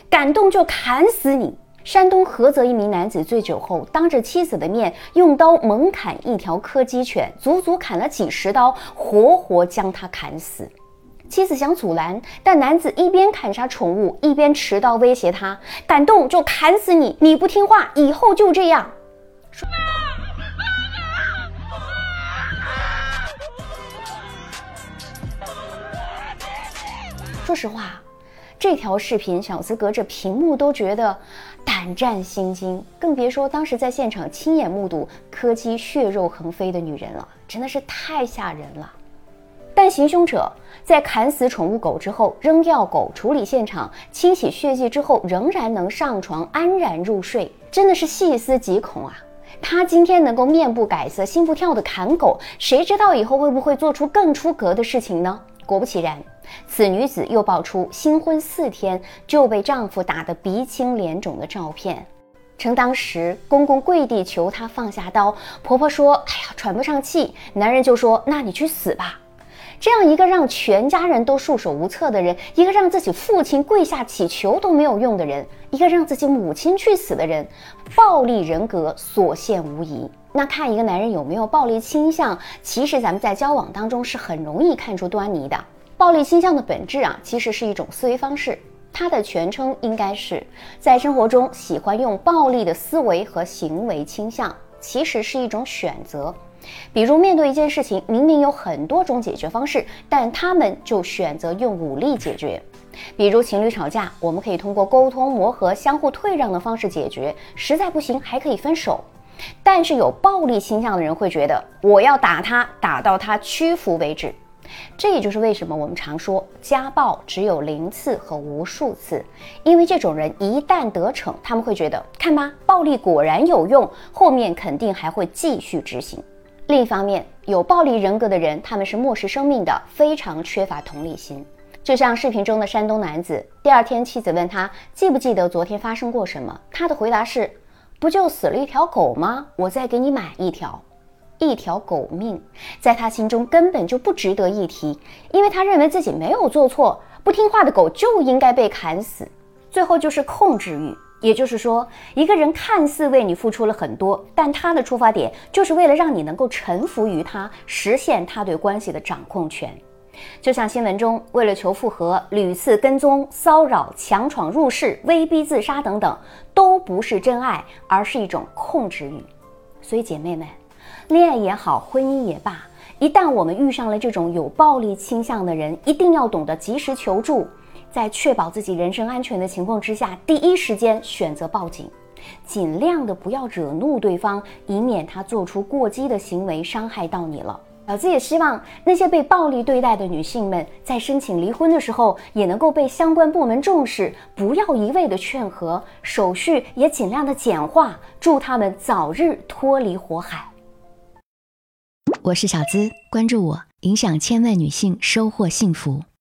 感动就砍死你。山东菏泽一名男子醉酒后，当着妻子的面用刀猛砍一条柯基犬，足足砍了几十刀，活活将它砍死。妻子想阻拦，但男子一边砍杀宠物，一边持刀威胁他：敢动就砍死你，你不听话，以后就这样。说实话，这条视频小资隔着屏幕都觉得胆战心惊，更别说当时在现场亲眼目睹柯基血肉横飞的女人了，真的是太吓人了。但行凶者在砍死宠物狗之后，扔掉狗，处理现场，清洗血迹之后，仍然能上床安然入睡，真的是细思极恐啊！他今天能够面不改色心不跳的砍狗，谁知道以后会不会做出更出格的事情呢？果不其然，此女子又爆出新婚4天就被丈夫打得鼻青脸肿的照片，称当时公公跪地求她放下刀，婆婆说哎呀喘不上气，男人就说那你去死吧。这样一个让全家人都束手无策的人，一个让自己父亲跪下祈求都没有用的人，一个让自己母亲去死的人，暴力人格所现无疑。那看一个男人有没有暴力倾向，其实咱们在交往当中是很容易看出端倪的。暴力倾向的本质其实是一种思维方式，它的全称应该是在生活中喜欢用暴力的思维和行为倾向，其实是一种选择。比如面对一件事情，明明有很多种解决方式，但他们就选择用武力解决。比如情侣吵架，我们可以通过沟通磨合、相互退让的方式解决，实在不行还可以分手。但是有暴力倾向的人会觉得，我要打他，打到他屈服为止。这也就是为什么我们常说家暴只有0次和无数次，因为这种人一旦得逞，他们会觉得看吧，暴力果然有用，后面肯定还会继续执行。另一方面，有暴力人格的人，他们是漠视生命的，非常缺乏同理心。就像视频中的山东男子，第二天妻子问他记不记得昨天发生过什么，他的回答是不就死了一条狗吗？我再给你买一条。一条狗命在他心中根本就不值得一提，因为他认为自己没有做错，不听话的狗就应该被砍死。最后就是控制欲，也就是说，一个人看似为你付出了很多，但他的出发点就是为了让你能够臣服于他，实现他对关系的掌控权。就像新闻中为了求复合屡次跟踪、骚扰、强闯入室、威逼自杀等等，都不是真爱，而是一种控制欲。所以姐妹们，恋爱也好，婚姻也罢，一旦我们遇上了这种有暴力倾向的人，一定要懂得及时求助，在确保自己人身安全的情况之下，第一时间选择报警，尽量的不要惹怒对方，以免他做出过激的行为伤害到你了。老子也希望那些被暴力对待的女性们，在申请离婚的时候也能够被相关部门重视，不要一味的劝和，手续也尽量的简化，祝他们早日脱离火海。 我是小资，关注我，影响千万女性，收获幸福。